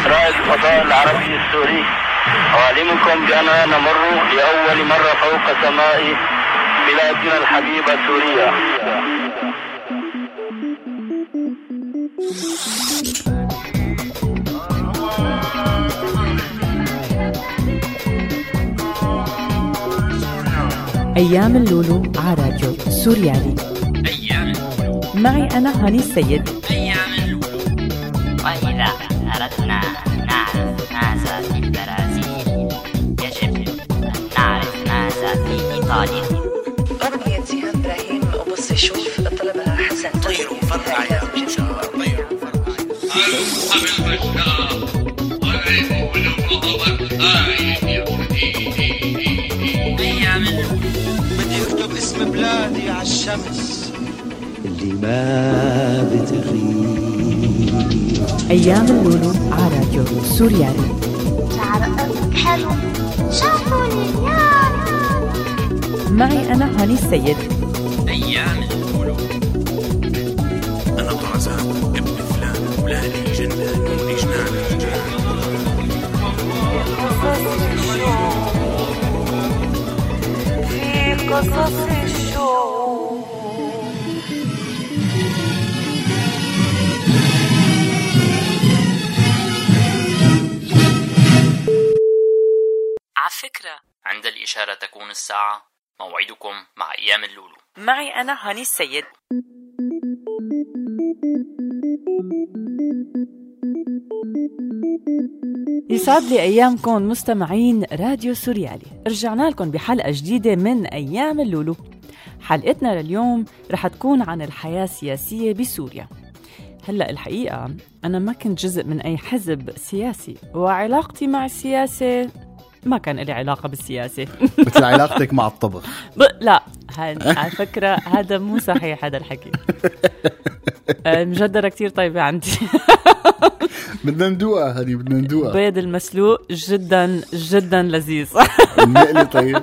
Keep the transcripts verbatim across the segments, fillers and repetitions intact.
رائد الفضاء العربي السوري، أعلمكم بأننا نمر لأول مرة فوق سماء بلادنا الحبيبة سوريا. أيام اللولو على راديو سوريالي. أيام اللولو معي أنا هاني السيد. أيام اللولو. وإذا أردنا أن نعرف ماذا في البرازيل يجب أن نعرف ماذا في إيطاليا. أغنية جيهان إبراهيم وبص شوف طلبها حسن. طيروا فرقع يا بشار، طيروا فرقع. أصحاب المشتاق والعيب والمطبق آيه يبدي. أيام اللولو. بدي أكتب اسم بلادي على الشمس اللي ما بتغيب. أيام اللولو على راديو سوريالي. شعر قلبك حلو شافوني اليوم. معي أنا هاني السيد. أيام اللولو. أنا طرزان ابن فلان ولاني جنان ولجنان. في قصص الشوق. على فكرة عند الإشارة تكون الساعة. موعدكم مع أيام اللولو. معي أنا هاني السيد. يسعد لي أيامكم مستمعين راديو سوريالي. رجعنا لكم بحلقة جديدة من أيام اللولو. حلقتنا لليوم رح تكون عن الحياة السياسية بسوريا. هلأ الحقيقة أنا ما كنت جزء من أي حزب سياسي، وعلاقتي مع السياسة ما كان لي علاقة بالسياسة. مثل علاقتك مع الطبخ. ب... لا على فكرة هذا مو صحيح هذا الحكي. المجدرة كتير طيبة عندي. بدنا ندوقها هذه، بدنا ندوقها. بيض المسلوق جدا جدا لذيذ. المقلي طيب.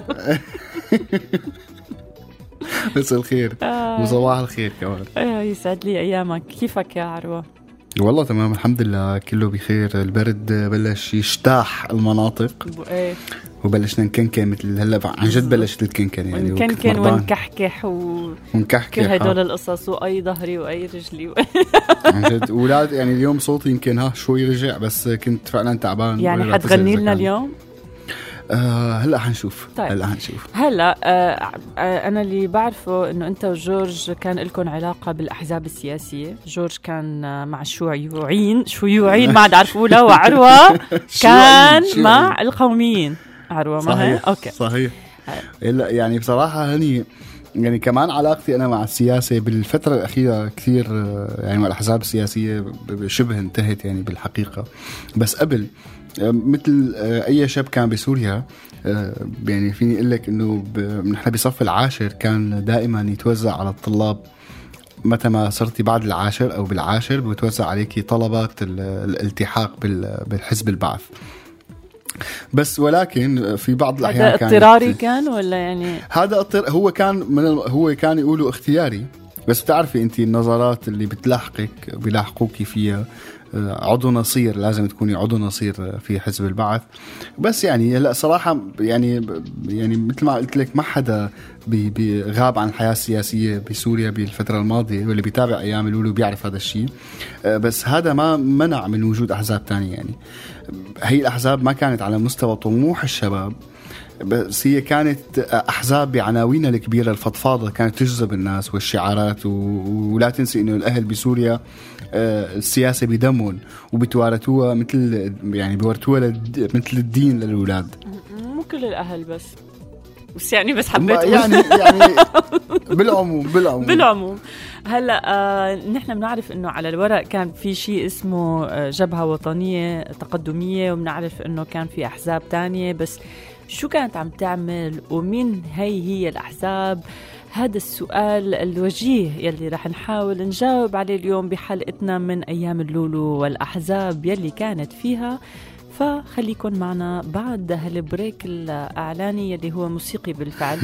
مساء الخير آه. وصباح الخير كمان. ايه يسعد لي ايامك. كيفك يا عروة؟ والله تمام الحمد لله كله بخير. البرد بلش يجتاح المناطق ايه وبلشنا نكنكن مثل هلا عن جد بلشت الكنكن يعني نكنكن ونكحكح و... ونكحكح كل هدول القصص واي ظهري واي رجلي و... عن جد اولاد يعني اليوم صوتي يمكن ها شوي رجع بس كنت فعلا تعبان. يعني حتغني لنا اليوم؟ آه هلا حنشوف. طيب. هلا حنشوف. هلا آه آه انا اللي بعرفه انه انت وجورج كان لكم علاقه بالاحزاب السياسيه. جورج كان آه مع الشيوعيين شيوعيين ما عاد عرفوا له، وعروه كان مع القوميين. عروه ما هي اوكي صحيح. لا يعني بصراحه هني يعني كمان علاقتي انا مع السياسه بالفتره الاخيره كثير يعني مع الاحزاب السياسيه شبه انتهت يعني بالحقيقه. بس قبل مثل أي شاب كان بسوريا يعني فيني أقول لك إنه نحن بصف العاشر كان دائما يتوزع على الطلاب متى ما صرتي بعد العاشر أو بالعاشر بتوزع عليكي طلبات الالتحاق بالحزب البعث. بس ولكن في بعض الأحيان هذا اضطراري كان ولا يعني هذا اضطر هو كان من هو كان يقولوا اختياري. بس بتعرفي أنت النظرات اللي بتلاحقك بيلاحقوكي فيها عضو نصير لازم تكوني عضو نصير في حزب البعث. بس يعني لا صراحة يعني يعني مثل ما قلت لك ما حدا بغاب عن الحياة السياسية بسوريا بالفترة الماضية واللي بيتابع أيام اللولو بيعرف هذا الشيء. بس هذا ما منع من وجود أحزاب تانية. يعني هي الأحزاب ما كانت على مستوى طموح الشباب، بس هي كانت أحزاب بعناوينها الكبيرة الفضفاضة كانت تجذب الناس والشعارات. ولا تنسي إنه الأهل بسوريا السياسة بدمهم وبتوارثوها مثل يعني بيورثوها مثل الدين للأولاد. مو كل الأهل بس بس يعني بس حبيت يعني يعني بالعموم بالعموم بالعموم هلا آه نحن بنعرف انه على الورق كان في شيء اسمه آه جبهة وطنية تقدمية، وبنعرف انه كان في احزاب تانية. بس شو كانت عم تعمل ومين هي هي الاحزاب؟ هذا السؤال الوجيه يلي رح نحاول نجاوب عليه اليوم بحلقتنا من أيام اللولو والأحزاب يلي كانت فيها. فخليكن معنا بعد هالبريك الإعلاني يلي هو موسيقي بالفعل.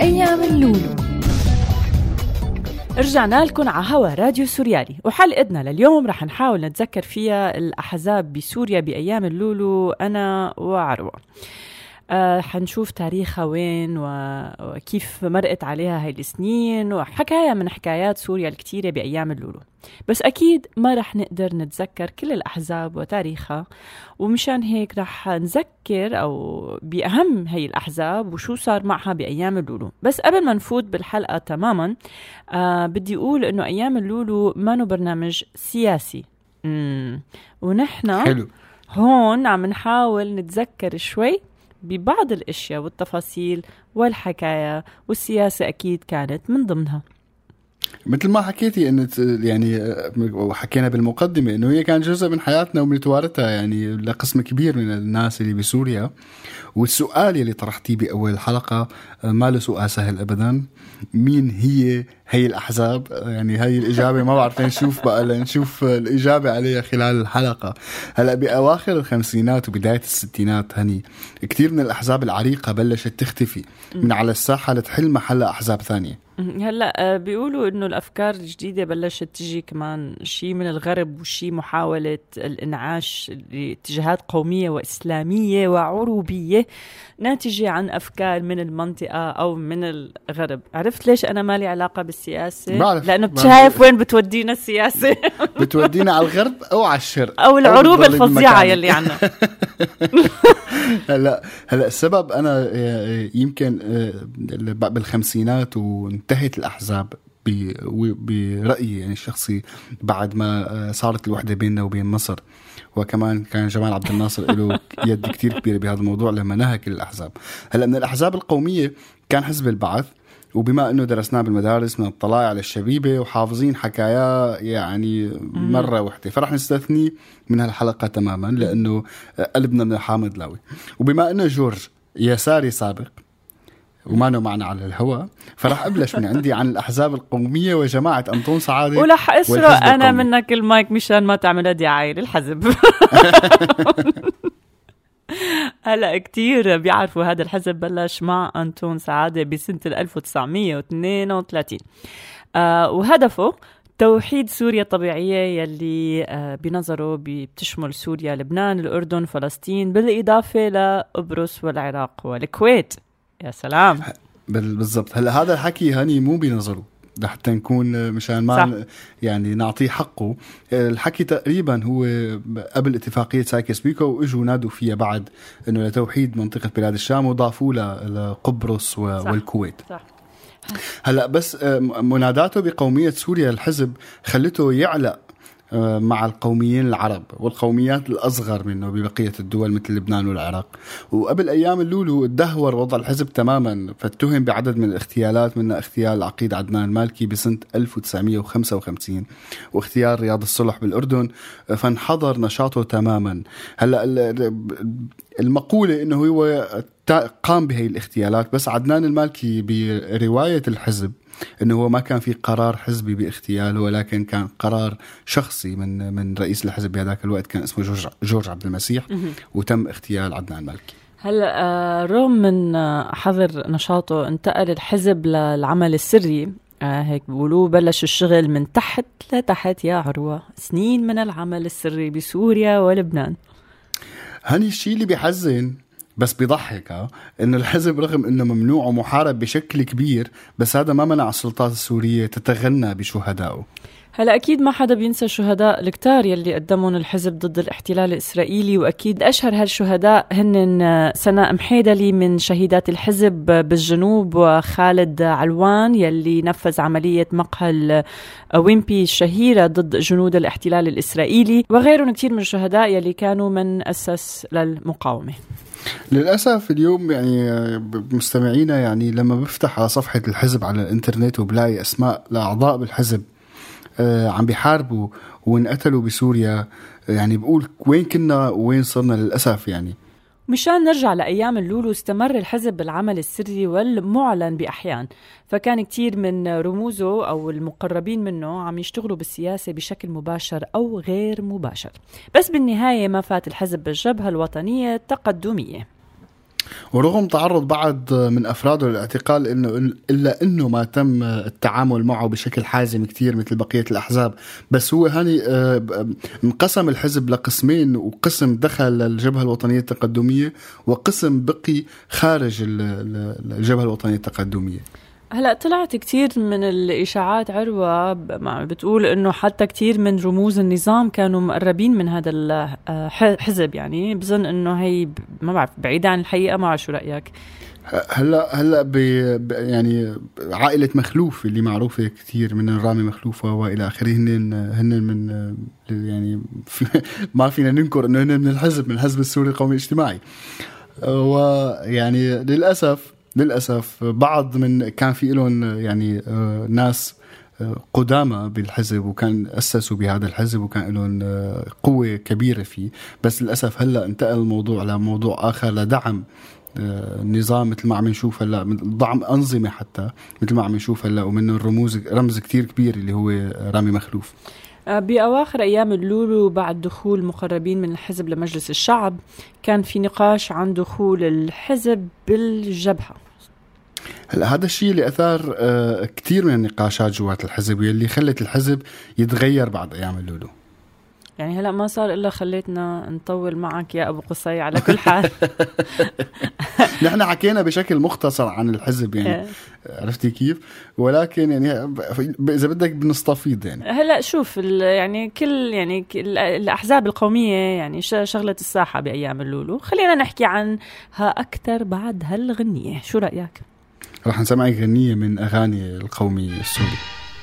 بأيام اللولو. رجعنا لكم على هوا راديو سوريالي، وحلقتنا لليوم رح نحاول نتذكر فيها الأحزاب بسوريا بأيام اللولو أنا وعروة. أه حنشوف تاريخها وين وكيف مرقت عليها هاي السنين وحكاية من حكايات سوريا الكتيرة بأيام اللولو. بس أكيد ما رح نقدر نتذكر كل الأحزاب وتاريخها، ومشان هيك رح نذكر أو بأهم هاي الأحزاب وشو صار معها بأيام اللولو. بس قبل ما نفوت بالحلقة تماما أه بدي أقول إنه أيام اللولو ما نو برنامج سياسي، مم. ونحن حلو. هون عم نحاول نتذكر شوي ببعض الاشياء والتفاصيل والحكايه، والسياسه اكيد كانت من ضمنها. مثل ما حكيتي انه يعني وحكينا بالمقدمه انه هي كان جزء من حياتنا وبنتوارثها يعني لقسم كبير من الناس اللي بسوريا. والسؤال اللي طرحتيه باول الحلقه ما له سؤال سهل ابدا، مين هي هي الاحزاب؟ يعني هاي الاجابه ما بعرف نشوف بقى لنشوف الاجابه عليها خلال الحلقه. هلا باواخر الخمسينات وبدايه الستينات هني كثير من الاحزاب العريقه بلشت تختفي من على الساحه لتحل محلها احزاب ثانيه. هلا بيقولوا انه الافكار الجديده بلشت تجي كمان شيء من الغرب، وشيء محاوله الانعاش لاتجاهات قوميه واسلاميه وعروبيه ناتجه عن افكار من المنطقه او من الغرب. عرفت ليش انا مالي علاقه بالسياسه؟ بعرف. لانه بشايف وين بتودينا السياسه. بتودينا على الغرب او على الشرق او العروب الفظيعه يلي عنا. هلا هلا السبب انا يمكن بالخمسينات وانتهت الاحزاب برأيي يعني الشخصي بعد ما صارت الوحدة بيننا وبين مصر، وكمان كان جمال عبد الناصر له يد كتير كبيرة بهذا الموضوع لما نهى كل الأحزاب. هلأ من الأحزاب القومية كان حزب البعث، وبما أنه درسناه بالمدارس من الطلاع على الشبيبة وحافظين حكايا يعني مرة واحدة، فرح نستثني من هالحلقة تماما لأنه قلبنا من حامد لاوي. وبما أنه جورج يساري سابق وما نو معنا على الهواء، فرح أبلش من عندي عن الأحزاب القومية وجماعة أنطون سعادة. ولح أسرق أنا منك المايك مشان ما تعمل دعاية للحزب. هلا كتير بيعرفوا هذا الحزب بلش مع أنطون سعادة بسنة ألف وتسعمية واثنين وثلاثين، آه وهدفه توحيد سوريا الطبيعية يلي آه بنظره بتشمل سوريا، لبنان، الأردن، فلسطين، بالإضافة لقبرص والعراق والكويت. يا سلام. بالضبط. هلا هذا الحكي هاني مو بنظره، لحتى نكون مشان ما يعني نعطيه حقه. الحكي تقريبا هو قبل اتفاقية سايكس بيكو، واجوا نادوا فيها بعد انه لتوحيد منطقة بلاد الشام، وضافوا لقبرص والكويت. صح. هلا بس مناداته بقومية سوريا الحزب خلته يعلق مع القوميين العرب والقوميات الأصغر منه ببقية الدول مثل لبنان والعراق. وقبل أيام اللولو تدهور وضع الحزب تماما، فاتهم بعدد من الاغتيالات، منها اغتيال عقيد عدنان مالكي بسنة ألف وتسعمية وخمسة وخمسين، واغتيال رياض الصلح بالأردن، فانحضر نشاطه تماما. هلأ المقولة إنه هو قام بهي الاغتيالات، بس عدنان المالكي برواية الحزب انه هو ما كان في قرار حزبي باغتياله، ولكن كان قرار شخصي من من رئيس الحزب بهذاك الوقت كان اسمه جورج جورج عبد المسيح، وتم اغتيال عدنان المالكي. هلا رغم من حظر نشاطه انتقل الحزب للعمل السري، هيك بيقولوا بلش الشغل من تحت لتحت. يا عروة، سنين من العمل السري بسوريا ولبنان. هني الشيء اللي بيحزن بس بيضحك ها إنه الحزب رغم إنه ممنوع ومحارب بشكل كبير، بس هذا ما منع السلطات السورية تتغنى بشهدائه. هلا أكيد ما حدا بينسى الشهداء الكتار يلي قدمون الحزب ضد الاحتلال الإسرائيلي، وأكيد أشهر هالشهداء هن سناء محيدلي من شهيدات الحزب بالجنوب، وخالد علوان يلي نفذ عملية مقهى ويمبي الشهيرة ضد جنود الاحتلال الإسرائيلي، وغيرهم كتير من الشهداء يلي كانوا من أسس للمقاومة. للأسف اليوم يعني مستمعينا يعني لما بفتح على صفحة الحزب على الانترنت وبلاقي أسماء لأعضاء بالحزب آه عم بيحاربوا وانقتلوا بسوريا، يعني بقول وين كنا وين صرنا للأسف. يعني مشان نرجع لأيام اللولو استمر الحزب بالعمل السري والمعلن بأحيان، فكان كتير من رموزه أو المقربين منه عم يشتغلوا بالسياسة بشكل مباشر أو غير مباشر، بس بالنهاية ما فات الحزب بالجبهة الوطنية التقدمية. ورغم تعرض بعض من أفراده للاعتقال إنه إلا إنه ما تم التعامل معه بشكل حازم كتير مثل بقية الأحزاب. بس هو هاني انقسم الحزب لقسمين، وقسم دخل للجبهة الوطنية التقدمية وقسم بقي خارج الجبهة الوطنية التقدمية. هلأ طلعت كتير من الإشاعات عروة بتقول إنه حتى كتير من رموز النظام كانوا مقربين من هذا الحزب. يعني بظن إنه هي ما بعرف بعيدة عن الحقيقة. ما شو رأيك؟ هلا هلا ب يعني عائلة مخلوف اللي معروفة كتير من رامي مخلوف وإلى آخره، هن هن من يعني في ما فينا ننكر إنه هن من الحزب، من الحزب السوري القومي الاجتماعي. ويعني للأسف للأسف بعض من كان في لهم يعني ناس قدامى بالحزب وكان أسسوا بهذا الحزب وكان لهم قوة كبيرة فيه، بس للأسف هلأ انتقل الموضوع لموضوع آخر لدعم نظام مثل ما عم نشوف هلا، دعم أنظمة حتى مثل ما عم نشوف هلا، ومن الرموز رمز كتير كبير اللي هو رامي مخلوف. بأواخر أيام اللولو بعد دخول مقربين من الحزب لمجلس الشعب كان في نقاش عن دخول الحزب بالجبهة. هلا هذا الشيء اللي أثار آه كتير من النقاشات جوات الحزب واللي خلت الحزب يتغير بعد أيام اللولو. يعني هلأ ما صار إلا خليتنا نطول معك يا أبو قصي. على كل حال نحن حكينا بشكل مختصر عن الحزب يعني عرفتي كيف، ولكن يعني إذا بدك بنستفيض يعني. هلأ شوف يعني كل يعني الأحزاب القومية يعني شغلة الساحة بأيام اللولو. خلينا نحكي عنها أكثر بعد هالغنية. شو رأيك؟ رح نسمعك غنية من أغاني القومي السوري.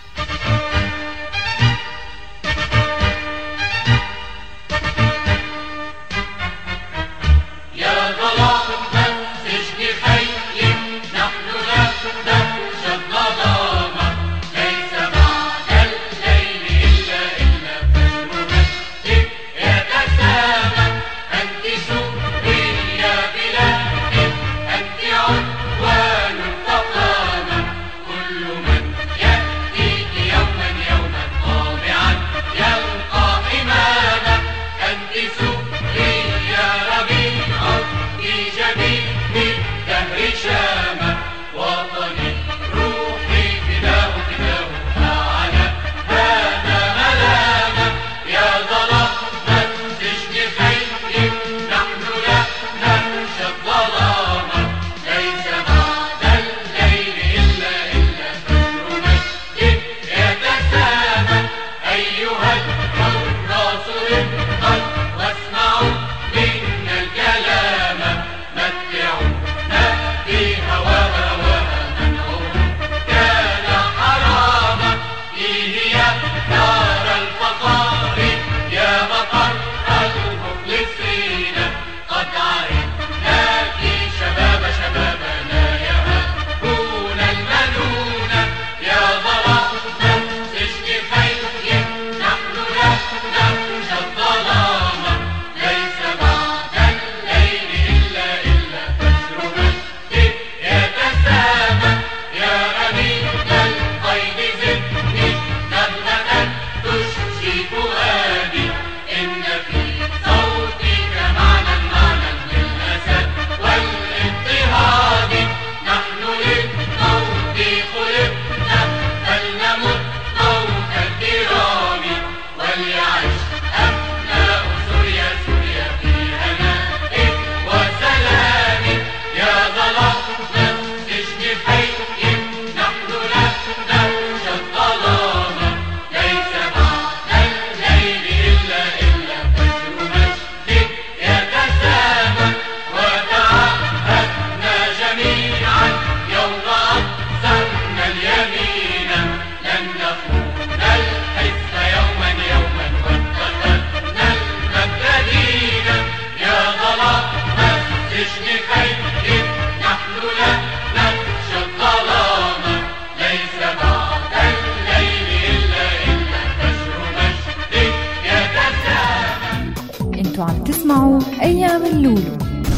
أيام اللولو.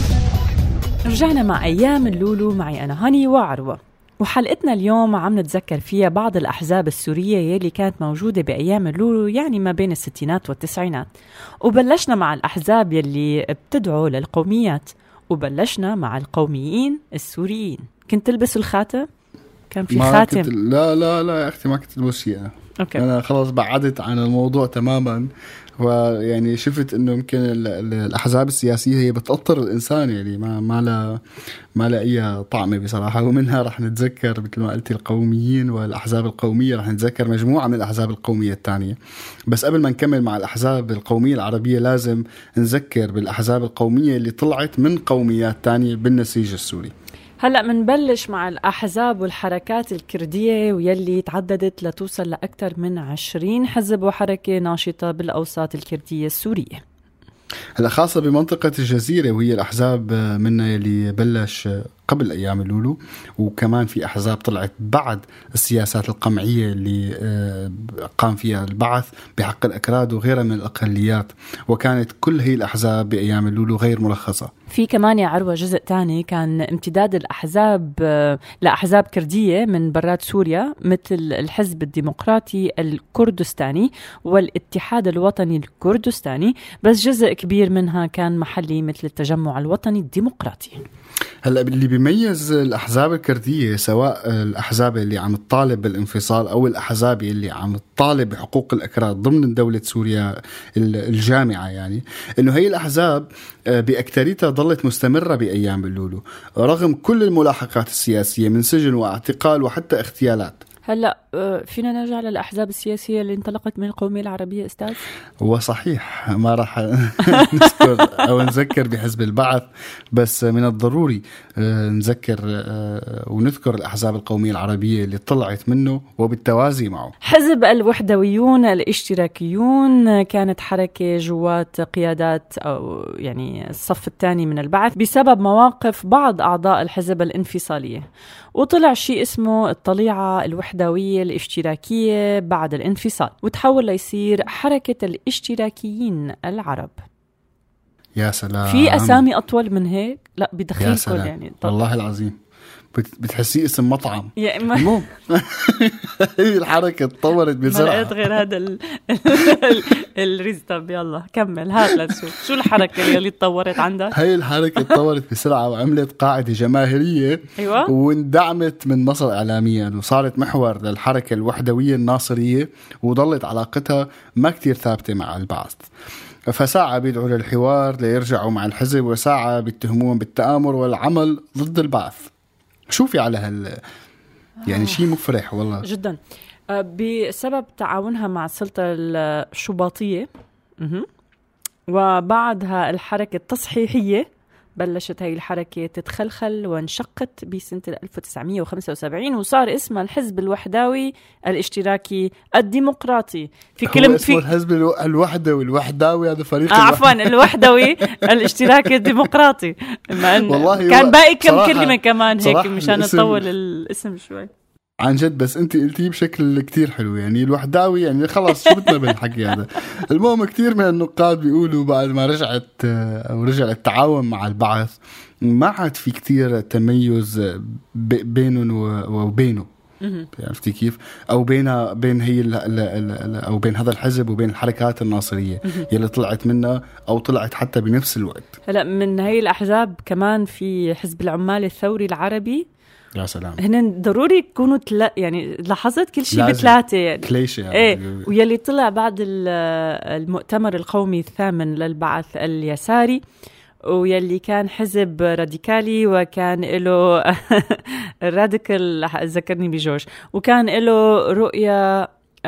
رجعنا مع أيام اللولو معي أنا هاني وعروة، وحلقتنا اليوم عم نتذكر فيها بعض الأحزاب السورية يلي كانت موجودة بأيام اللولو، يعني ما بين الستينات والتسعينات. وبلشنا مع الأحزاب يلي بتدعو للقوميات، وبلشنا مع القوميين السوريين. كنت تلبس الخاتم؟ كان في ما خاتم؟ كنت لا لا لا يا أختي ما كنت ألبس شيء. أوكي. أنا خلاص بعدت عن الموضوع تماما، ويعني شفت إنه يمكن الأحزاب السياسية هي بتأطر الإنسان، يعني ما ما لا ما لا أي طعمة بصراحة. ومنها رح نتذكر مثل ما قلتي القوميين والأحزاب القومية، رح نتذكر مجموعة من الأحزاب القومية الثانية. بس قبل ما نكمل مع الأحزاب القومية العربية لازم نذكر بالأحزاب القومية اللي طلعت من قوميات تانية بالنسيج السوري. هلأ منبلش مع الأحزاب والحركات الكردية ويلي تعددت لتوصل لأكثر من عشرين حزب وحركة ناشطة بالأوساط الكردية السورية. هلا خاصة بمنطقة الجزيرة، وهي الأحزاب منها يلي بلش قبل أيام اللولو، وكمان في أحزاب طلعت بعد السياسات القمعية اللي قام فيها البعث بحق الأكراد وغيرها من الأقليات، وكانت كل هي الأحزاب بأيام اللولو غير مرخصة. في كمان يا عروة جزء تاني كان امتداد الأحزاب لأحزاب كردية من برات سوريا، مثل الحزب الديمقراطي الكردستاني والاتحاد الوطني الكردستاني، بس جزء كبير منها كان محلي مثل التجمع الوطني الديمقراطي. هلا اللي بيميز الأحزاب الكردية، سواء الأحزاب اللي عم تطالب بالانفصال أو الأحزاب اللي عم تطالب بحقوق الأكراد ضمن دولة سوريا الجامعة، يعني إنه هي الأحزاب بأكتريتها ظلت مستمرة بأيام اللولو رغم كل الملاحقات السياسية من سجن واعتقال وحتى اغتيالات. هلأ فينا نرجع للأحزاب السياسية اللي انطلقت من القومية العربية أستاذ؟ هو صحيح ما راح نذكر أو نذكر بحزب البعث، بس من الضروري نذكر ونذكر الأحزاب القومية العربية اللي طلعت منه وبالتوازي معه. حزب الوحدويون الاشتراكيون كانت حركة جوات قيادات أو يعني الصف الثاني من البعث بسبب مواقف بعض أعضاء الحزب الانفصالية، وطلع شيء اسمه الطليعة الوحدوية الاشتراكية بعد الانفصال، وتحول ليصير حركة الاشتراكيين العرب. يا سلام، في أسامي أطول من هيك؟ لا بدخيلكم يعني طب. والله العظيم بتحسيه اسم مطعم يا إما المهم هي الحركة تطورت بسرعة. ما لقيت غير هذا ال الريز. طب يلا كمل هات لنشوف شو الحركة اللي تطورت عندك. هي الحركة تطورت بسرعة وعملت قاعدة جماهيرية. أيوة. واندعمت من مصر إعلاميا وصارت محور للحركة الوحدوية الناصرية، وظلت علاقتها ما كتير ثابتة مع البعث، فساعة بيدعوا للحوار ليرجعوا مع الحزب، وساعة بيتهمون بالتآمر والعمل ضد البعث. شوفي على هال يعني شيء مفرح والله جدا. بسبب تعاونها مع السلطة الشباطية وبعدها الحركة التصحيحية، بلشت هاي الحركة تتخلخل وانشقت بسنة ألف وتسعمية وخمسة وسبعين وصار اسمها الحزب الوحداوي الاشتراكي الديمقراطي. في كلمة في الحزب الوحدوي والوحداوي هذا فريق آه عفوا الوحدوي الاشتراكي الديمقراطي، كان باقي كم كلمة كمان هيك مشان نطول الاسم شوي. عن جد بس انت قلتيه بشكل كتير حلو، يعني الوحداوي يعني خلاص شو بدنا بالحكي هذا. المهم كتير من النقاد بيقولوا بعد ما رجعت او رجع التعاون مع البعث ما عاد في كتير تميز بينهم وبينه، عرفتي كيف؟ او بين بين هي ال ال ال او بين هذا الحزب وبين الحركات الناصريه يلي طلعت منها او طلعت حتى بنفس الوقت. هلا من هي الاحزاب كمان في حزب العمال الثوري العربي. يا سلام، هن ضروري يكونوا تلا يعني لاحظت كل شيء بثلاثه يعني. كليشة يعني. ايه ويلي طلع بعد المؤتمر القومي الثامن للبعث اليساري، ويلي كان حزب راديكالي وكان له الراديكال ذكرني بجورج، وكان له رؤية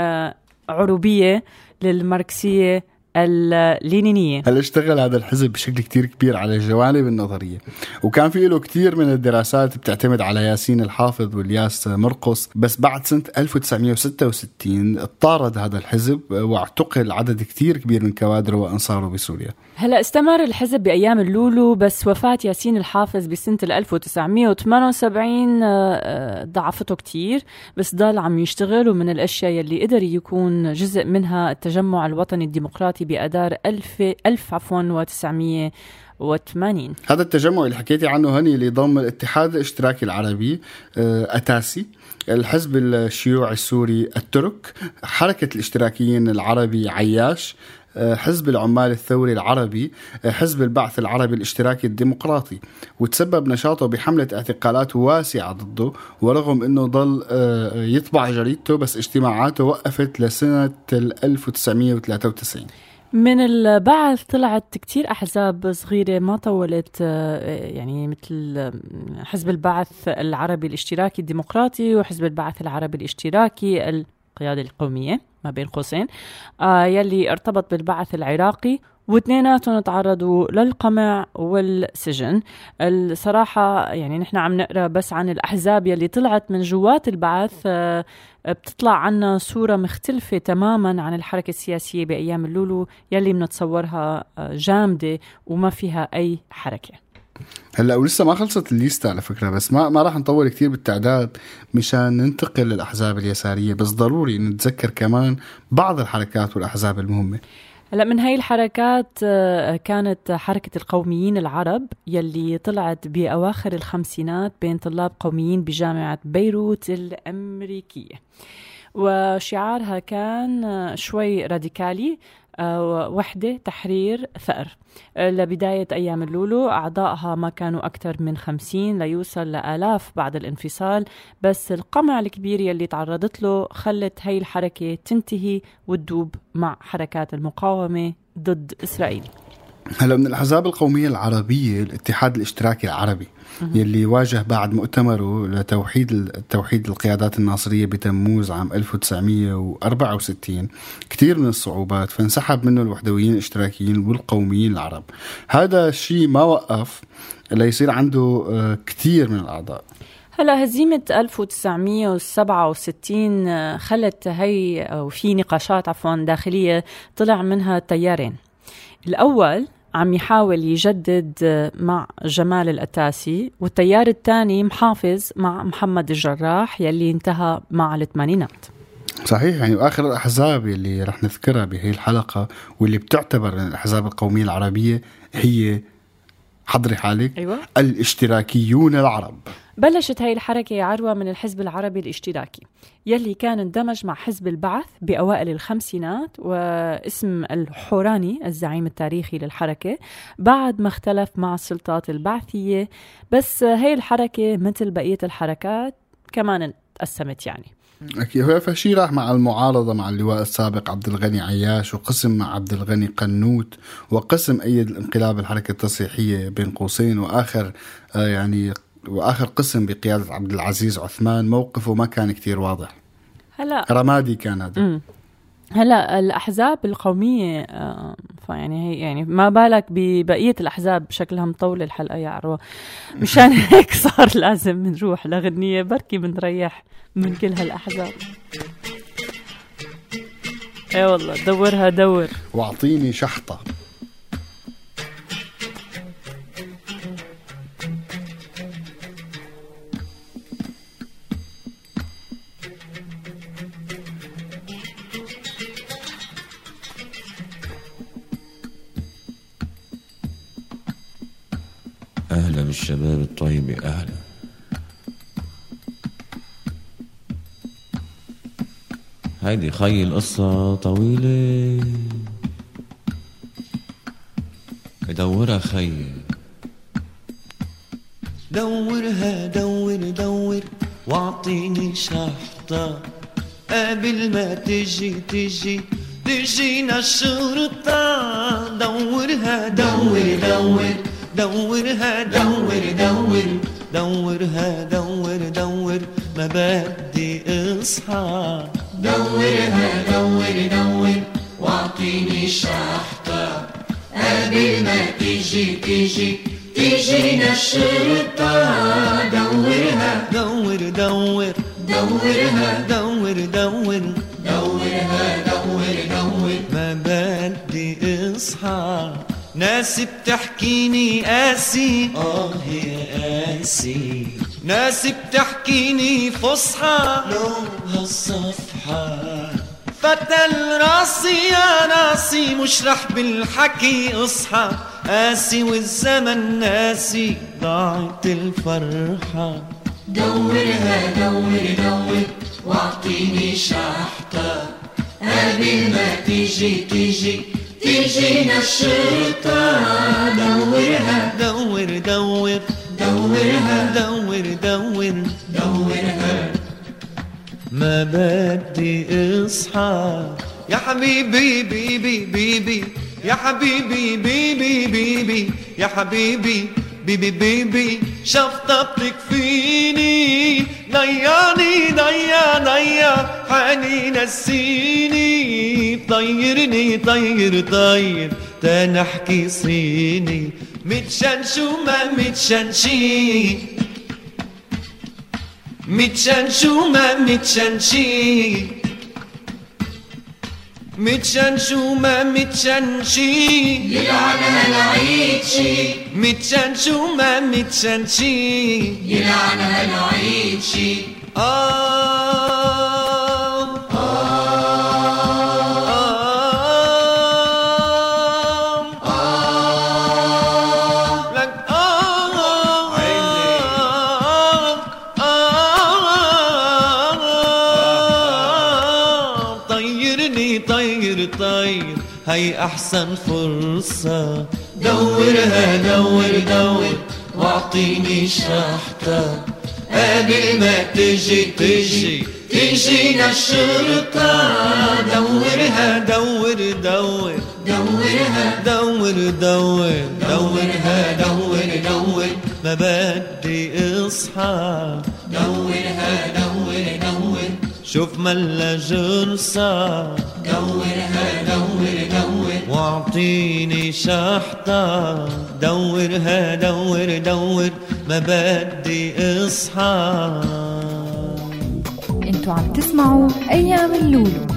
عروبية للماركسية اللينينية. هل اشتغل هذا الحزب بشكل كتير كبير على الجوانب النظرية، وكان فيه له كتير من الدراسات بتعتمد على ياسين الحافظ والياس مرقص. بس بعد سنة ألف وتسعمية وستة وستين اضطرد هذا الحزب واعتقل عدد كتير كبير من كوادره وأنصاره بسوريا. هلأ استمر الحزب بأيام اللولو، بس وفاة ياسين الحافظ بسنة ألف وتسعمية وثمانية وسبعين ضعفته كتير، بس ضل عم يشتغل. ومن الأشياء يلي قدر يكون جزء منها التجمع الوطني الديمقراطي بأدار ألف ألف عفوا وتسعمية وثمانين. هذا التجمع اللي حكيتي عنه هني اللي ضم الاتحاد الاشتراكي العربي أتاسي، الحزب الشيوعي السوري الترك، حركة الاشتراكيين العربي عياش، حزب العمال الثوري العربي، حزب البعث العربي الاشتراكي الديمقراطي، وتسبب نشاطه بحملة اعتقالات واسعة ضده، ورغم أنه ضل يطبع جريدته بس اجتماعاته وقفت لسنة ألف وتسعمية وثلاثة وتسعين. من البعث طلعت كتير أحزاب صغيرة ما طولت، يعني مثل حزب البعث العربي الاشتراكي الديمقراطي وحزب البعث العربي الاشتراكي القيادة القومية ما بين قوسين، آه يلي ارتبط بالبعث العراقي، واثنيناتهم تعرضوا للقمع والسجن. الصراحة يعني نحن عم نقرأ بس عن الأحزاب يلي طلعت من جوات البعث، آه بتطلع عنا صورة مختلفة تماما عن الحركة السياسية بأيام اللولو يلي بنتصورها جامدة وما فيها أي حركة. هلا ولسه ما خلصت الليستة على فكرة، بس ما ما راح نطول كتير بالتعداد مشان ننتقل للأحزاب اليسارية، بس ضروري نتذكر كمان بعض الحركات والأحزاب المهمة. هلا من هاي الحركات كانت حركة القوميين العرب يلي طلعت بأواخر الخمسينات بين طلاب قوميين بجامعة بيروت الأمريكية، وشعارها كان شوي راديكالي، وحدة تحرير ثأر. لبداية أيام اللولو أعضائها ما كانوا أكثر من خمسين ليوصل لآلاف بعد الانفصال، بس القمع الكبير يلي تعرضت له خلت هاي الحركة تنتهي وتدوب مع حركات المقاومة ضد إسرائيل. هلا من الأحزاب القومية العربية الاتحاد الاشتراكي العربي يلي واجه بعد مؤتمره لتوحيد التوحيد القيادات الناصرية بتموز عام ألف وتسعمية وأربعة وستين كتير من الصعوبات، فانسحب منه الوحدويين الاشتراكيين والقوميين العرب. هذا الشيء ما وقف ليصير عنده كتير من الأعضاء. هلا هزيمة ألف وتسعمية وسبعة وستين خلت هي وفي نقاشات عفوا داخلية طلع منها تيارين. الأول عم يحاول يجدد مع جمال الأتاسي، والتيار الثاني محافظ مع محمد الجراح يلي انتهى مع الثمانينات. صحيح، يعني وآخر الأحزاب اللي رح نذكرها بهي الحلقة واللي بتعتبر من الأحزاب القومية العربية هي حضري حالك أيوة. الاشتراكيون العرب. بلشت هاي الحركة عروة من الحزب العربي الاشتراكي يلي كان اندمج مع حزب البعث بأوائل الخمسينات، واسم الحوراني الزعيم التاريخي للحركة بعد ما اختلف مع السلطات البعثية. بس هاي الحركة مثل بقية الحركات كمان تقسمت يعني. أكيد هو فشي راح مع المعارضة مع اللواء السابق عبد الغني عياش، وقسم مع عبد الغني قنوت، وقسم أيد الانقلاب الحركة التصحيحية بين قوسين، وآخر آه يعني وآخر قسم بقيادة عبد العزيز عثمان موقفه ما كان كتير واضح. هلا رمادي كان هذا. م. هلا الأحزاب القومية آه فيعني هي يعني ما بالك ببقية الأحزاب شكلها مطول الحلقة يا عروة، مشان هيك صار لازم نروح لغنية بركي بنريح من كل هالأحزاب. اي والله دورها دور واعطيني شحطة. أهلا بالشباب الطيب، أهلا. هيدي خي القصة طويلة، بدورها خي. دورها دور دور واعطيني شحطة قبل ما تجي تجي تجينا الشرطة. دورها دور دور دورها دور دور دورها دور دور ما بدي اصحى. دورها دور دور واعطيني شحطة قبل ما تيجي تيجي تيجينا الشرطة. دورها دور دور دورها دور دور دورها دور دور ما بدي اصحى. ناس بتحكيني قاسي، اه يا قاسي. ناس بتحكيني فصحى، لونها الصفحة. فتل راسي يا ناسي مش رح بالحكي اصحى. قاسي والزمن ناسي ضاعت الفرحة. دورها دور دور واعطيني شحطة قبل ما تيجي تيجي تجينا الشرطة دورها دور دور دورها دور دور دورها ما بدي اصحى يا حبيبي بيبي بيبي يا حبيبي بيبي بيبي يا حبيبي بيبي بيبي شفطتك فيني ضيعني ضيع ضيع حالي نسيني طيرني طير طير تنحكي صيني متشنشو ما متشنشي متشنشو ما متشنشي متشنشو ما متشنشي يلعنها العيدشي متشنشو ما متشنشي يلعنها العيدشي آه طير هاي أحسن فرصة دورها دور دور واعطيني شحطة قبل ما تجي تجي تجينا الشرطة دورها دور دور دورها دور دور دورها دور دور ما بدي اصحى دورها دور دور شوف ملا جرصة دورها دور دور واعطيني شحطة دورها دور دور ما بدي اصحى. انتوا عم تسمعوا ايام اللولو،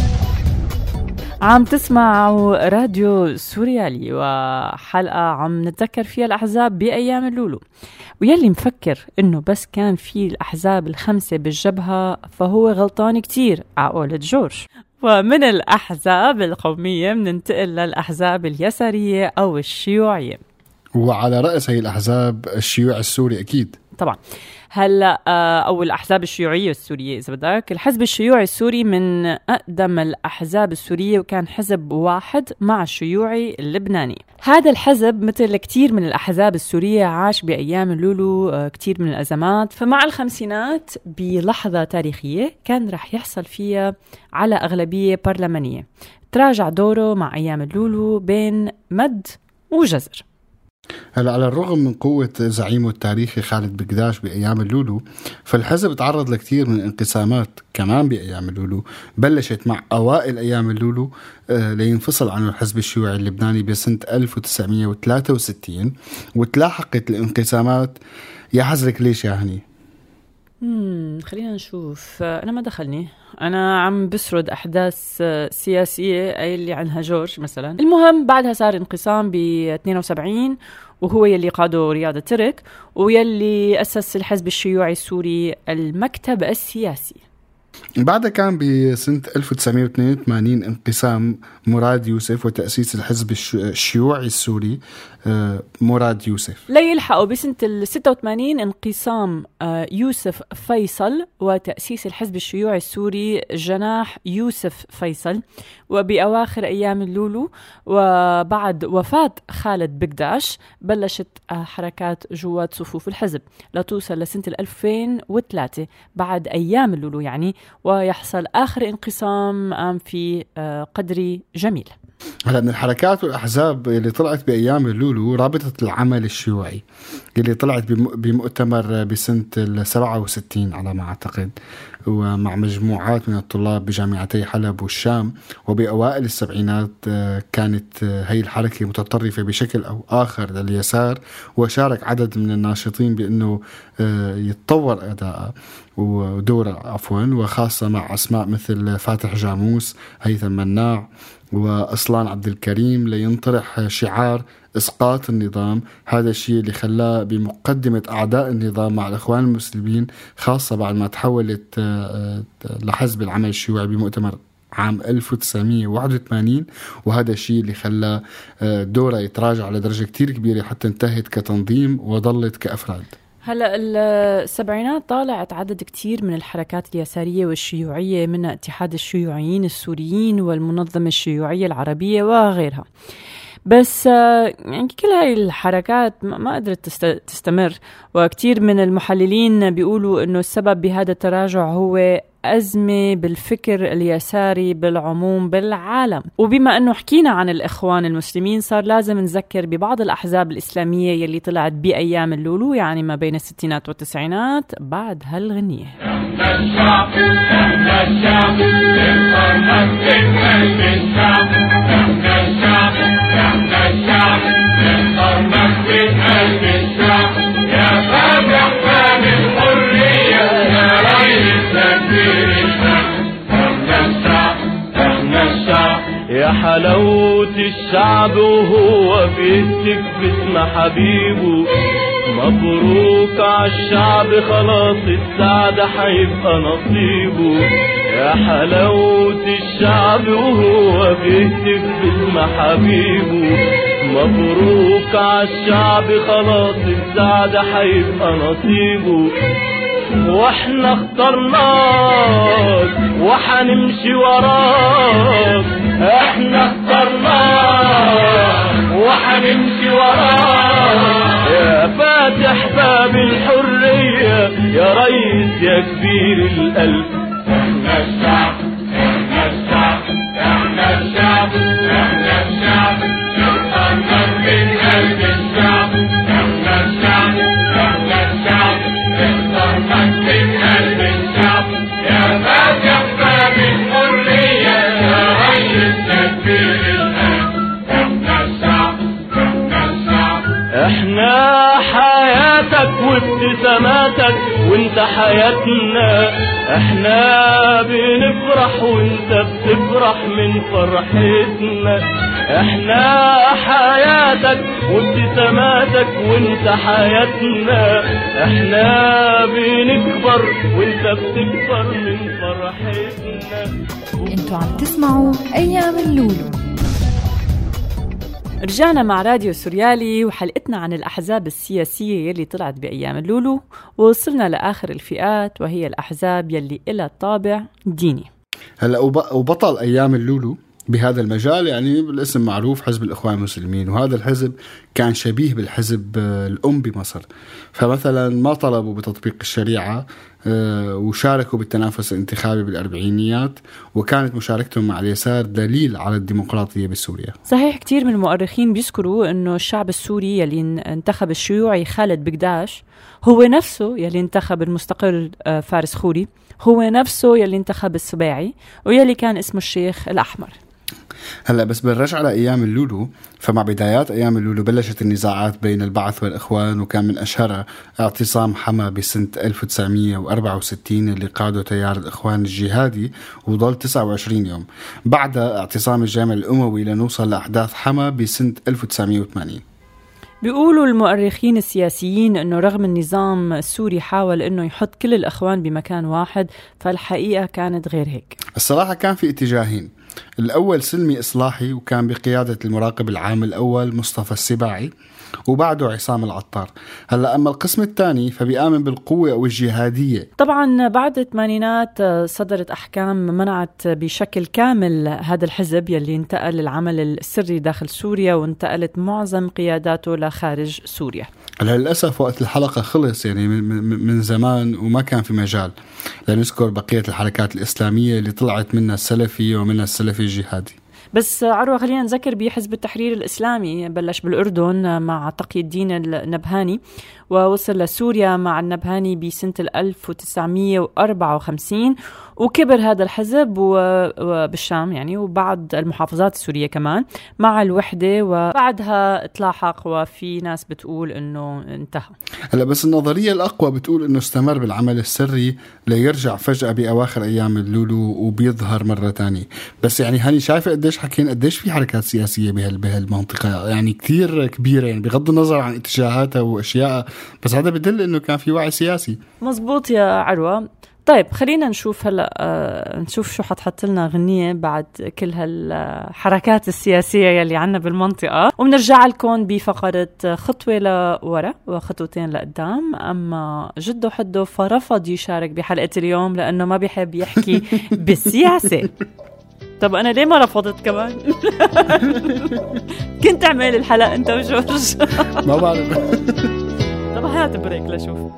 عم تسمعوا راديو سوريالي وحلقة عم نتذكر فيها الأحزاب بأيام اللولو. ويلي مفكر إنه بس كان في الأحزاب الخمسة بالجبهة فهو غلطان كتير عقولة جورج. ومن الأحزاب القومية مننتقل للأحزاب اليسارية أو الشيوعية، وعلى رأس هي الأحزاب الشيوعي السوري أكيد طبعا. هلا أو الأحزاب الشيوعية السورية إذا بدك. الحزب الشيوعي السوري من أقدم الأحزاب السورية وكان حزب واحد مع الشيوعي اللبناني. هذا الحزب مثل كتير من الأحزاب السورية عاش بأيام اللولو كتير من الأزمات، فمع الخمسينات بلحظة تاريخية كان رح يحصل فيها على أغلبية برلمانية. تراجع دوره مع أيام اللولو بين مد وجزر. هلا على الرغم من قوة زعيمه التاريخي خالد بقداش بأيام اللولو، فالحزب تعرض لكثير من الانقسامات كمان بأيام اللولو. بلشت مع أوائل أيام اللولو آه لينفصل عنه الحزب الشيوعي اللبناني بسنة ألف وتسعمية وثلاثة وستين، وتلاحقت الانقسامات. يا حزرك ليش يا هني؟ امم خلينا نشوف. أنا ما دخلني، أنا عم بسرد أحداث سياسية أي اللي عنها جورج مثلا. المهم بعدها صار انقسام ب اثنين وسبعين، وهو يلي قاده رياض الترك، ويلي أسس الحزب الشيوعي السوري المكتب السياسي. بعدها كان بسنة ألف وتسعمية واثنين وثمانين انقسام مراد يوسف وتأسيس الحزب الشيوعي السوري مراد يوسف. لا يلحقوا بسنة الستة وثمانين انقسام يوسف فيصل وتأسيس الحزب الشيوعي السوري جناح يوسف فيصل. وبأواخر أيام اللولو وبعد وفاة خالد بقداش بلشت حركات جوات صفوف الحزب لتوصل لسنة ألفين وثلاثة بعد أيام اللولو يعني، ويحصل آخر انقسام قام في قدري جميل. هلا من الحركات والأحزاب اللي طلعت بأيام اللولو رابطة العمل الشيوعي اللي طلعت بمؤتمر بسنة السبعة وستين على ما أعتقد، ومع مجموعات من الطلاب بجامعتي حلب والشام. وبأوائل السبعينات كانت هي الحركة متطرفة بشكل أو آخر لليسار، وشارك عدد من الناشطين بأنه يتطور أداءه ودوره عفوا، وخاصة مع أسماء مثل فاتح جاموس، هيثم مناع، وأصلان عبد الكريم، لينطرح شعار إسقاط النظام. هذا الشيء اللي خلاه بمقدمة أعداء النظام مع الإخوان المسلمين، خاصة بعد ما تحولت لحزب العمل الشيوعي بمؤتمر عام ألف وتسعمية وواحد وثمانين. وهذا الشيء اللي خلاه دوره يتراجع على درجة كتير كبيرة حتى انتهت كتنظيم وظلت كأفراد. هلا السبعينات طالعت عدد كتير من الحركات اليسارية والشيوعية، منها اتحاد الشيوعيين السوريين والمنظمة الشيوعية العربية وغيرها. بس يعني كل هاي الحركات ما قدرت تستمر، وكتير من المحللين بيقولوا إنه السبب بهذا التراجع هو أزمة بالفكر اليساري بالعموم بالعالم. وبما أنه حكينا عن الإخوان المسلمين، صار لازم نذكر ببعض الأحزاب الإسلامية يلي طلعت بأيام اللولو، يعني ما بين الستينات والتسعينات، بعد هالغنية. الشعب احنا الشعب الشعب احنا الشعب نختار من قلب الشعب يا فاتح باب الحرية يا ريس تكبير الشعب احنا الشعب احنا الشعب يا حلاوة الشعب وهو بيهتف باسم حبيبه. مبروك عالشعب خلاص السعادة حيبقى نصيبه. يا حلاوة الشعب وهو بيهتف باسم حبيبه. مبروك عالشعب خلاص السعادة حيبقى نصيبه. واحنا اخترناك وحنمشي وراك. احنا اخترناك وحنمشي وراك يا فاتح باب الحرية يا ريس يا كبير القلب. احنا الشعب احنا الشعب احنا الشعب احنا الشعب نختار من قلب الشعب. احنا الشعب احنا الشعب نختار من قلب الشعب يا فاتح باب الحرية يا ريس تكبير القلب. احنا الشعب احنا الشعب احنا حياتك وابتساماتك وانت حياتنا. احنا بنفرح وانت بتفرح من فرحتنا. احنا حياتك وابتساماتك وانت حياتنا. احنا بنكبر وانت بتكبر من فرحتنا. انتوا عم تسمعوا ايام اللولو. رجعنا مع راديو سوريالي وحلقتنا عن الأحزاب السياسية يلي طلعت بأيام اللولو، ووصلنا لآخر الفئات وهي الأحزاب يلي إلها طابع ديني. هلا وبطل أيام اللولو بهذا المجال يعني بالاسم معروف حزب الإخوان المسلمين، وهذا الحزب كان شبيه بالحزب الأم بمصر. فمثلا ما طلبوا بتطبيق الشريعة وشاركوا بالتنافس الانتخابي بالأربعينيات، وكانت مشاركتهم مع اليسار دليل على الديمقراطية بسوريا. صحيح كتير من المؤرخين بيذكروا أنه الشعب السوري يلي انتخب الشيوعي خالد بقداش هو نفسه يلي انتخب المستقل فارس خوري، هو نفسه يلي انتخب السباعي ويلي كان اسمه الشيخ الأحمر. هلا بس بالرجعة لأيام اللولو، فمع بدايات أيام اللولو بلشت النزاعات بين البعث والإخوان، وكان من أشهرها اعتصام حما بسنة ألف وتسعمية وأربعة وستين اللي قاده تيار الإخوان الجهادي وضل تسعة وعشرين يوم. بعدها اعتصام الجامع الأموي لنوصل لأحداث حما بسنة ألف وتسعمية وثمانين. بيقولوا المؤرخين السياسيين أنه رغم النظام السوري حاول أنه يحط كل الأخوان بمكان واحد، فالحقيقة كانت غير هيك. الصراحة كان في اتجاهين، الأول سلمي إصلاحي وكان بقيادة المراقب العام الأول مصطفى السباعي، وبعده عصام العطار. هلا أما القسم الثاني فبيآمن بالقوة أو الجهادية. طبعا بعد الثمانينات صدرت أحكام منعت بشكل كامل هذا الحزب يلي انتقل للعمل السري داخل سوريا، وانتقلت معظم قياداته لخارج سوريا. هلا للأسف وقت الحلقة خلص يعني من, من زمان، وما كان في مجال لنذكر بقية الحركات الإسلامية اللي طلعت منها السلفي ومنها السلفي الجهادي. بس عروة خلينا نذكر بحزب التحرير الإسلامي، بلش بالأردن مع تقي الدين النبهاني، ووصل لسوريا مع النبهاني بسنة ألف وتسعمية وأربعة وخمسين، وكبر هذا الحزب وبالشام يعني وبعض المحافظات السورية كمان مع الوحدة، وبعدها تلاحق وفي ناس بتقول إنه انتهى. هلا بس النظرية الأقوى بتقول إنه استمر بالعمل السري ليرجع فجأة بأواخر أيام اللولو وبيظهر مرة تانية. بس يعني هاني شايفة قديش حكينا قديش في حركات سياسية بهالمنطقة يعني كتير كبيرة، يعني بغض النظر عن اتجاهاتها وأشياء، بس هذا بدل إنه كان في وعي سياسي. مزبوط يا عروة. طيب خلينا نشوف هلا آه نشوف شو حتحط لنا غنية بعد كل هالحركات السياسية يلي عنا بالمنطقة، وبنرجع لكم بفقرة خطوة لورا وخطوتين لقدام. أما جدو حدو فرفض يشارك بحلقة اليوم لأنه ما بيحب يحكي بالسياسة. طب أنا ليه ما رفضت كمان؟ كنت أعمل الحلقة أنت وجورج. ما بعرف. طب هات بريك لشوف.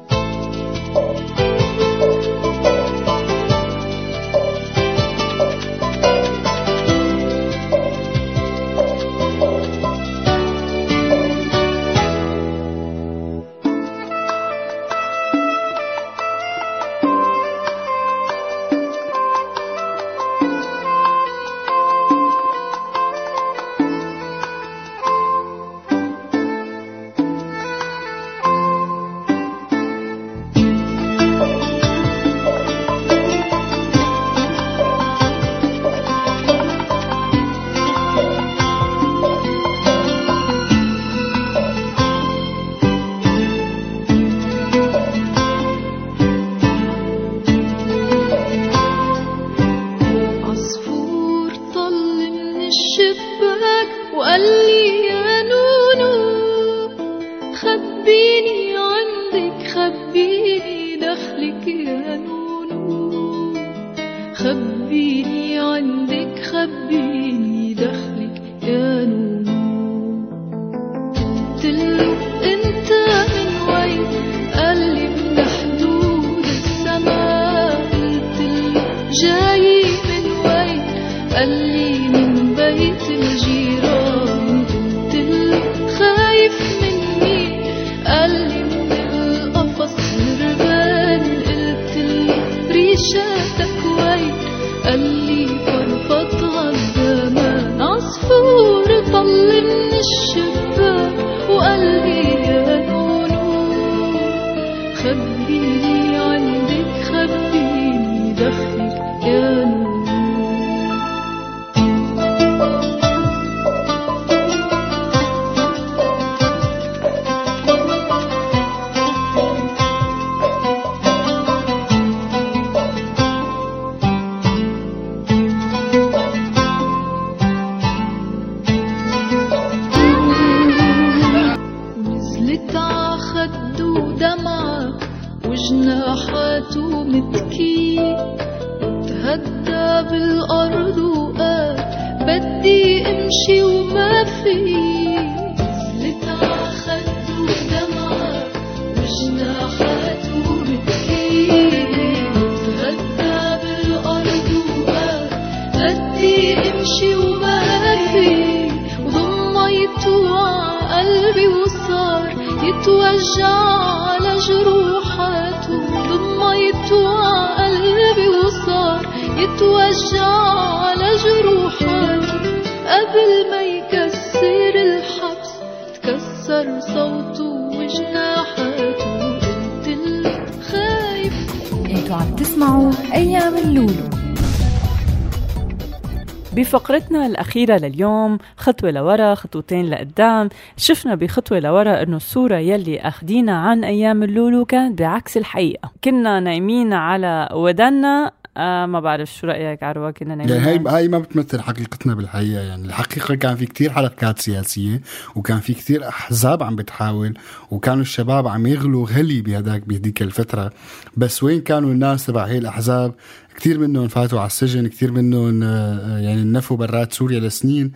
بفقرتنا الأخيرة لليوم خطوة لورا خطوتين لقدام، شفنا بخطوة لورا إنه الصورة يلي أخدينا عن أيام اللولو كانت بعكس الحقيقة. كنا نايمين على ودنا. آه ما بعرف شو رأيك عروة؟ كنا نايمين يعني هاي هاي ما بتمثل حقيقتنا بالحقيقة. يعني الحقيقة كان في كتير حركات سياسية وكان في كتير أحزاب عم بتحاول، وكانوا الشباب عم يغلوا غلي بهداك بهديك الفترة. بس وين كانوا الناس تبع هاي الأحزاب؟ كتير منهم فاتوا على السجن، كتير منهم يعني نفوا برات سوريا لسنين.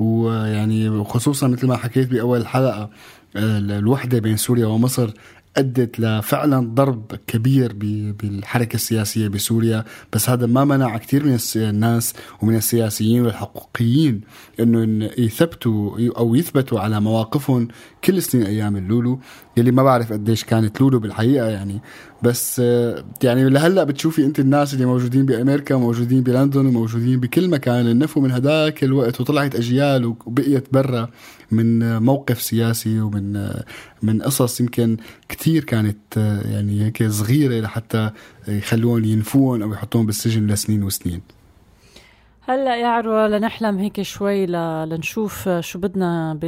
ويعني خصوصا مثل ما حكيت بأول حلقة الوحدة بين سوريا ومصر أدت لفعلا ضرب كبير بالحركة السياسية بسوريا. بس هذا ما منع كتير من الناس ومن السياسيين والحقوقيين إنه يثبتوا أو يثبتوا على مواقفهم كل سنين أيام اللولو، يلي ما بعرف قديش كانت لولو بالحقيقة يعني. بس يعني لهلأ بتشوفي أنت الناس اللي موجودين بأمريكا موجودين بلندن وموجودين بكل مكان النفوا من هداك الوقت، وطلعت أجيال وبقيت برا من موقف سياسي ومن من قصص يمكن كتير كانت يعني هيك صغيرة لحتى يخلون ينفون أو يحطون بالسجن لسنين وسنين. هلأ يا عروة لنحلم هيك شوي لنشوف شو بدنا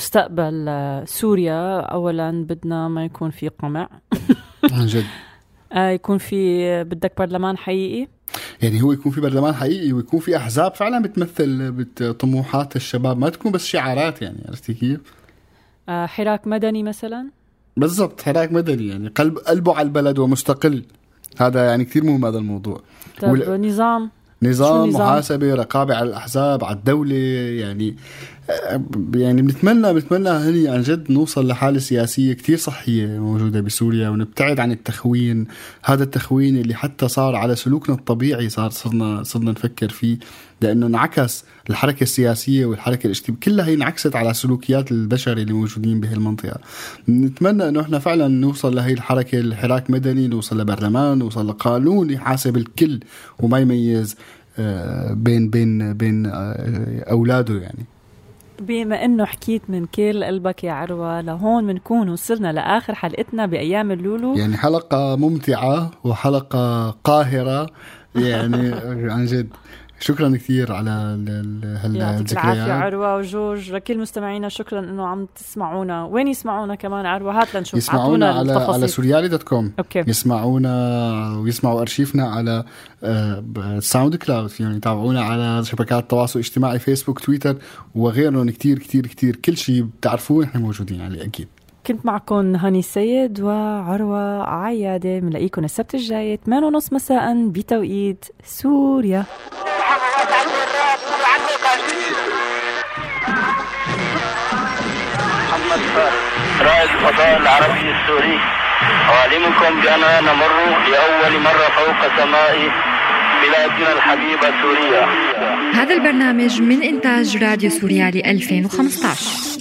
بمستقبل سوريا. أولا بدنا ما يكون في قمع عن جد. آه يكون في بدك برلمان حقيقي، يعني هو يكون في برلمان حقيقي ويكون في أحزاب فعلا بتمثل طموحات الشباب، ما تكون بس شعارات. يعني عرفتي كيف؟ آه حراك مدني مثلا. بالضبط، حراك مدني يعني قلب قلبه على البلد ومستقل. هذا يعني كثير مهم هذا الموضوع. طب وال... نظام نظام محاسبة، رقابة على الأحزاب، على الدولة. يعني يعني بنتمنى بنتمنى هني عن جد نوصل لحالة سياسية كتير صحية موجودة بسوريا، ونبتعد عن التخوين. هذا التخوين اللي حتى صار على سلوكنا الطبيعي، صار صرنا صرنا نفكر فيه، لأنه انعكس الحركة السياسية والحركة الاجتماعية كلها هي انعكست على سلوكيات البشر اللي موجودين بهالمنطقة. نتمنى أنه احنا فعلا نوصل لهي الحركة، الحراك مدني، نوصل لبرلمان، نوصل لقانون يحاسب الكل وما يميز بين بين بين أولاده. يعني بما انه حكيت من كل قلبك يا عروة، لهون منكون وصلنا لآخر حلقتنا بأيام اللولو. يعني حلقة ممتعة وحلقة قاهرة يعني عن جد. شكرا كثير على هالذكريات. العافية عروة وجورج. لكل مستمعينا شكرا انه عم تسمعونا. وين يسمعونا كمان عروة؟ هات لنشوف. يسمعونا على على سوريالي دوت كوم. أوكي. يسمعونا ويسمعوا ارشيفنا على ساوند كلاود. يعني يتابعونا على شبكات التواصل الاجتماعي، فيسبوك، تويتر وغيرهم. كتير كتير كتير كل شيء بتعرفوه احنا موجودين عليه اكيد. كنت معكم هاني السيد وعروة عيادة. منلاقيكم السبت الجاي ثمانية ونص مساء بتوقيت سوريا. محمد فارس، رائد الفضاء العربي السوري، أعلمكم بأننا نمر لأول مرة فوق سماء بلادنا الحبيبة سوريا. هذا البرنامج من إنتاج راديو سوريالي ألفين وخمسة عشر.